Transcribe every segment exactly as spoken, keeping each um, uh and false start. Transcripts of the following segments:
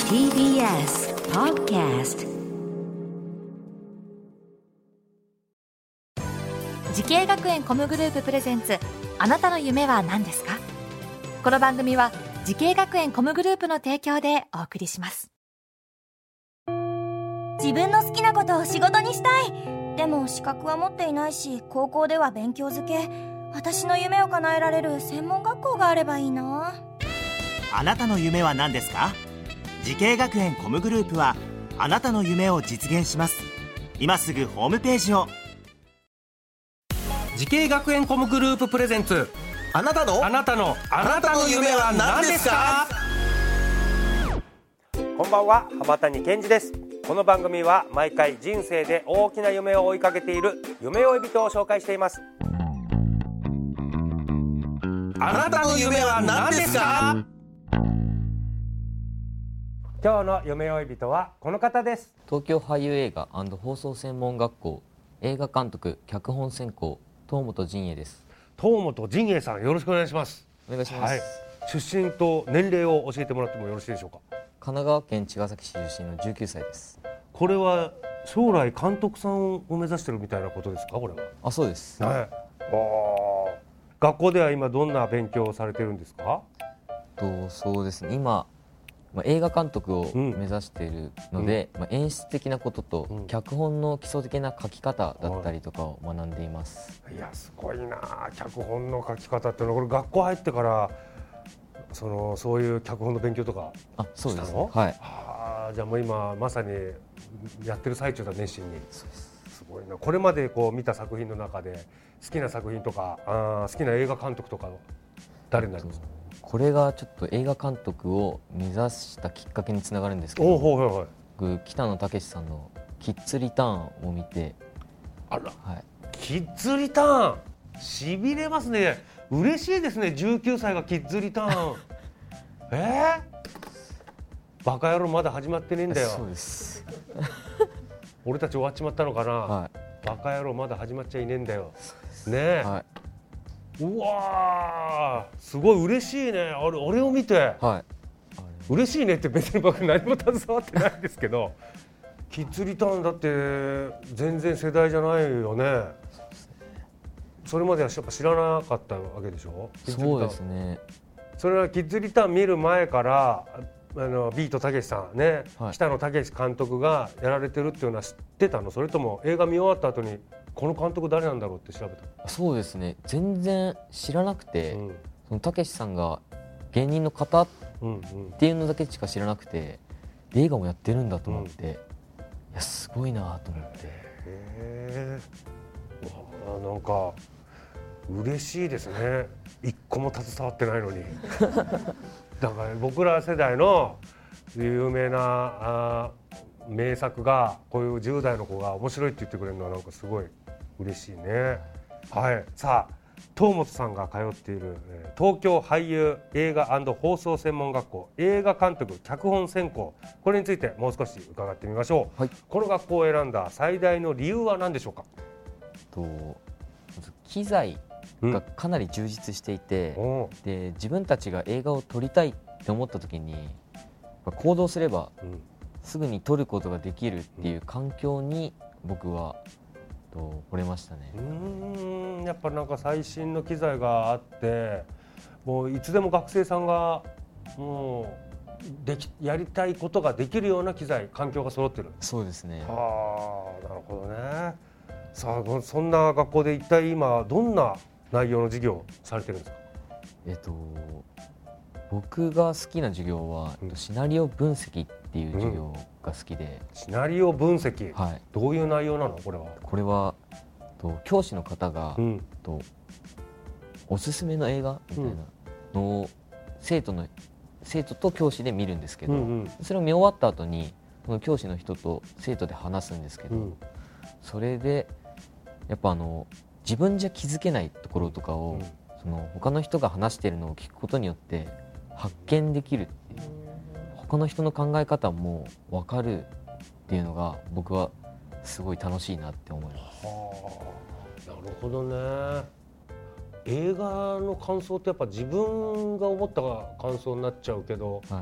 ティービーエス Podcast。 時系学園コムグループプレゼンツ、あなたの夢は何ですか？この番組は時系学園コムグループの提供でお送りします。 自分の好きなことを仕事にしたい。でも資格は持っていないし、高校では勉強づけ。私の夢を叶えられる専門学校があればいいな。 あなたの夢は何ですか？時系学園コムグループはあなたの夢を実現します。今すぐホームページを。 時系学園コムグループプレゼンツ、 あなたのあなたのあなたの夢は何ですか？ こんばんは、浜谷健二です。この番組は毎回人生で大きな夢を追いかけている夢追い人を紹介しています。 あなたの夢は何ですか？ 今日の夢追い人はこの方です。 東京俳優映画&放送専門学校映画監督脚本専攻東本陣営です。 東本陣営さん、よろしくお願いします。 お願いします、はい、 出身と年齢を教えてもらってもよろしいでしょうか？ 神奈川県茅ヶ崎市出身のじゅうきゅうさいです。 これは将来監督さんを目指してるみたいなことですか？これは。 あ、そうです、 はい、学校では今どんな勉強をされてるんですか？ とそうですね、今、まあ、映画監督を目指しているので、うんまあ、演出的なことと、うん、脚本の基礎的な書き方だったりとかを学んでいます。 いや、すごいな。脚本の書き方っていうのはこれ学校入ってからそのそういう脚本の勉強とかしたの？ あ、そうですね、はい。 はあ、じゃあもう今まさにやってる最中だ、熱心に。 そうです。 すごいな。これまでこう見た作品の中で好きな作品とか、あ、好きな映画監督とか誰になりますか？ これがちょっと映画監督を目指したきっかけにつながるんですけど、 おほいほい、 僕北野武さんのキッズリターンを見て、 あら、 はい、 キッズリターンしびれますね。嬉しいですね。じゅうきゅうさいがキッズリターンえー、バカ野郎まだ始まってねえんだよ。 そうです俺たち終わっちまったのかな、 はい、 バカ野郎まだ始まっちゃいねえんだよねえ、はい、うわー、すごい嬉しいね。あれ、俺を見て、はい、嬉しいねって別に僕何も携わってないんですけどキッズリターンだって全然世代じゃないよね。それまではやっぱ知らなかったわけでしょ？ そうですね。 それはキッズリターン見る前からあのビートたけしさんね、はい、北野武監督がやられてるっていうのは知ってたの？それとも映画見終わった後にこの監督誰なんだろうって調べた？ そうですね、全然知らなくて、うん、そのたけしさんが芸人の方っていうのだけしか知らなくて、うんうん、映画もやってるんだと思って、うん、いやすごいなと思って。 へー、なんか嬉しいですね。一個も携わってないのにだから僕ら世代の有名なあ名作がこういうじゅう代の子が面白いって言ってくれるのはなんかすごい嬉しいね。はい、さあ東本さんが通っている東京俳優映画&放送専門学校映画監督脚本専攻、これについてもう少し伺ってみましょう、はい、この学校を選んだ最大の理由は何でしょうか？ と機材がかなり充実していて、うん、で自分たちが映画を撮りたいって思った時に行動すればすぐに撮ることができるっていう環境に僕はと惚れましたね。うーん、やっぱなんか最新の機材があってもういつでも学生さんがもうできやりたいことができるような機材環境が揃ってる。 そうですね。 はあ、なるほどね。さあそんな学校で一体今どんな内容の授業をされてるんですか？ えっと僕が好きな授業は、うん、シナリオ分析っていう授業が好きで、 うん、シナリオ分析、はい、どういう内容なのこれは？ これはと教師の方が、うん、とおすすめの映画みたいなのを生徒の生徒と教師で見るんですけど、うんうん、それを見終わった後にその教師の人と生徒で話すんですけど、うん、それでやっぱあの自分じゃ気づけないところとかを、うん、その他の人が話しているのを聞くことによって発見できるっていう、他の人の考え方も分かるっていうのが僕はすごい楽しいなって思います。 はあ、なるほどね。映画の感想ってやっぱ自分が思った感想になっちゃうけど、は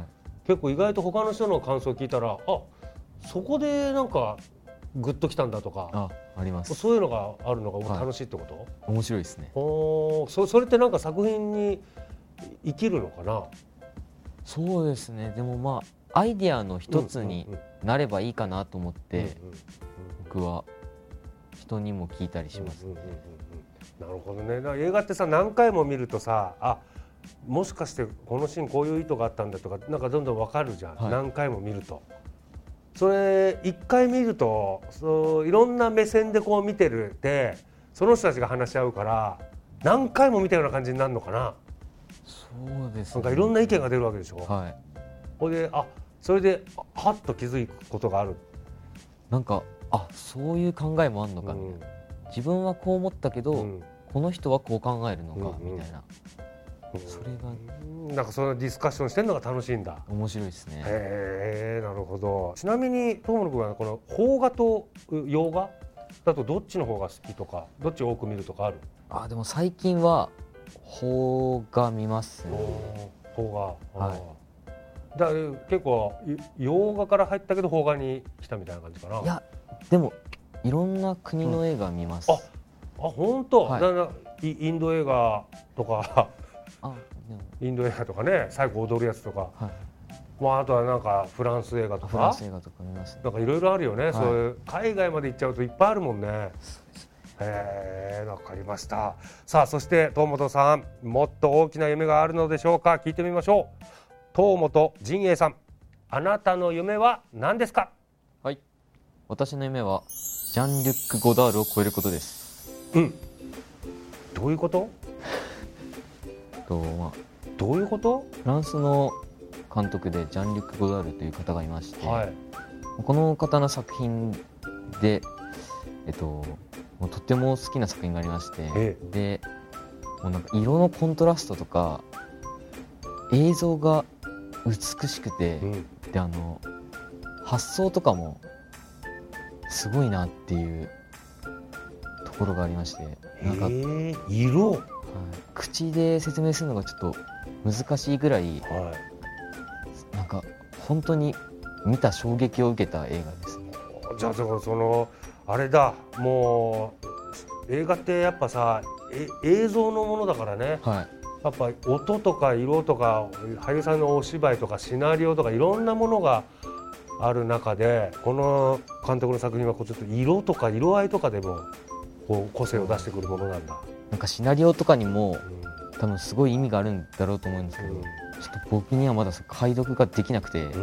結構意外と他の人の感想を聞いたら、あ、そこでなんかグッときたんだとか、 あ、あります。 そういうのがあるのが楽しいってこと？はい、 面白いですね。 お、そそれってなんか作品に生きるのかな？ そうですね。でもまあアイディアの一つになればいいかなと思って、僕は人にも聞いたりします、ね。 なるほどね。だから映画ってさ、何回も見るとさ、あ、もしかしてこのシーンこういう意図があったんだとか、なんかどんどんわかるじゃん、はい、何回も見ると。それいっかい見ると、そういろんな目線でこう見てるってその人たちが話し合うから何回も見たような感じになるのかな。 そうですね。 なんかいろんな意見が出るわけでしょ。 はい。 ほいで、あ、それではっと気づくことがある。 なんか、あ、そういう考えもあるのかみたいな、うん、自分はこう思ったけど、うん、この人はこう考えるのか、うん、みたいな、うん、それがなんかそのディスカッションしてるのが楽しいんだ。 面白いですね。 へえ、なるほど。ちなみに友野君はこの邦画と洋画だとどっちの方が好きとか、どっちを多く見るとかある？ あ、でも最近は邦画見ますね。 邦画、 はい。 だ結構洋画から入ったけど邦画に来たみたいな感じかな。 いや、でもいろんな国の映画見ます。 うん、あ、あ、本当。 はい、 だからインド映画とかあ、 インド映画とかね、最後踊るやつとか、はい、まあ、あとはなんかフランス映画とか、 フランス映画とか見ますね。 なんかいろいろあるよね、はい、そういう海外まで行っちゃうといっぱいあるもんね。 そうですね。 へえ、わかりました。さあ、そして東本さん、もっと大きな夢があるのでしょうか。聞いてみましょう。東本陣営さん、あなたの夢は何ですか？ はい、私の夢はジャン・リュック・ゴダールを超えることです。 うん。どういうこと？ と、まあ、 どういうこと？ フランスの監督でジャン・リュック・ゴダールという方がいまして、 はい、 この方の作品で、えっと、もうとても好きな作品がありまして、 ええ、 でもうなんか色のコントラストとか映像が美しくて、うん、であの発想とかもすごいなっていうところがありまして、なんか、えー、色、はい、 口で説明するのがちょっと難しいぐらい、 はい、 なんか本当に見た衝撃を受けた映画ですね。 じゃあ、だからそのあれだ、もう映画ってやっぱさ、え映像のものだからね、 はい、 やっぱ音とか色とか俳優さんのお芝居とかシナリオとかいろんなものがある中で、この監督の作品はこうちょっと色とか色合いとかでもこう個性を出してくるものなんだ。 なんかシナリオとかにも、うん、多分すごい意味があるんだろうと思うんですけど、うん、ちょっと僕にはまだ解読ができなくて、うん、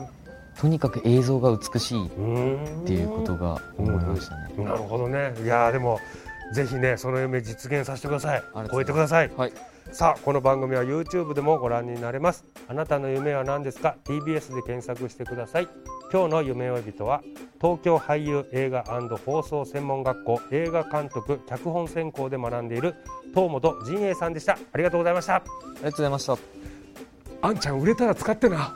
とにかく映像が美しいっていうことが思いましたね。 うん、なるほどね。いやでもぜひね、その夢実現させてください。超えてください。 はい。 さあ、この番組は YouTube でもご覧になれます。あなたの夢は何ですか？ ティービーエス で検索してください。今日の夢追い人は東京俳優映画&放送専門学校映画監督脚本専攻で学んでいる東本陣営さんでした。ありがとうございました。 ありがとうございました。 あんちゃん売れたら使ってな。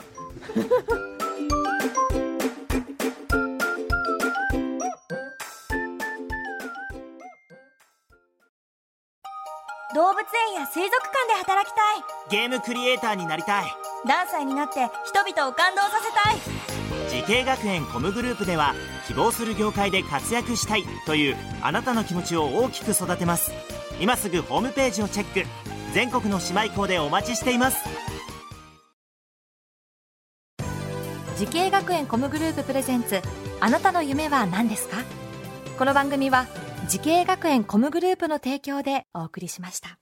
動物園や水族館で働きたい。 ゲームクリエイターになりたい。 何歳になって人々を感動させたい。 時系学園コムグループでは、希望する業界で活躍したいというあなたの気持ちを大きく育てます。今すぐホームページをチェック。全国の姉妹校でお待ちしています。 時系学園コムグループプレゼンツ、あなたの夢は何ですか？この番組は時系学園コムグループの提供でお送りしました。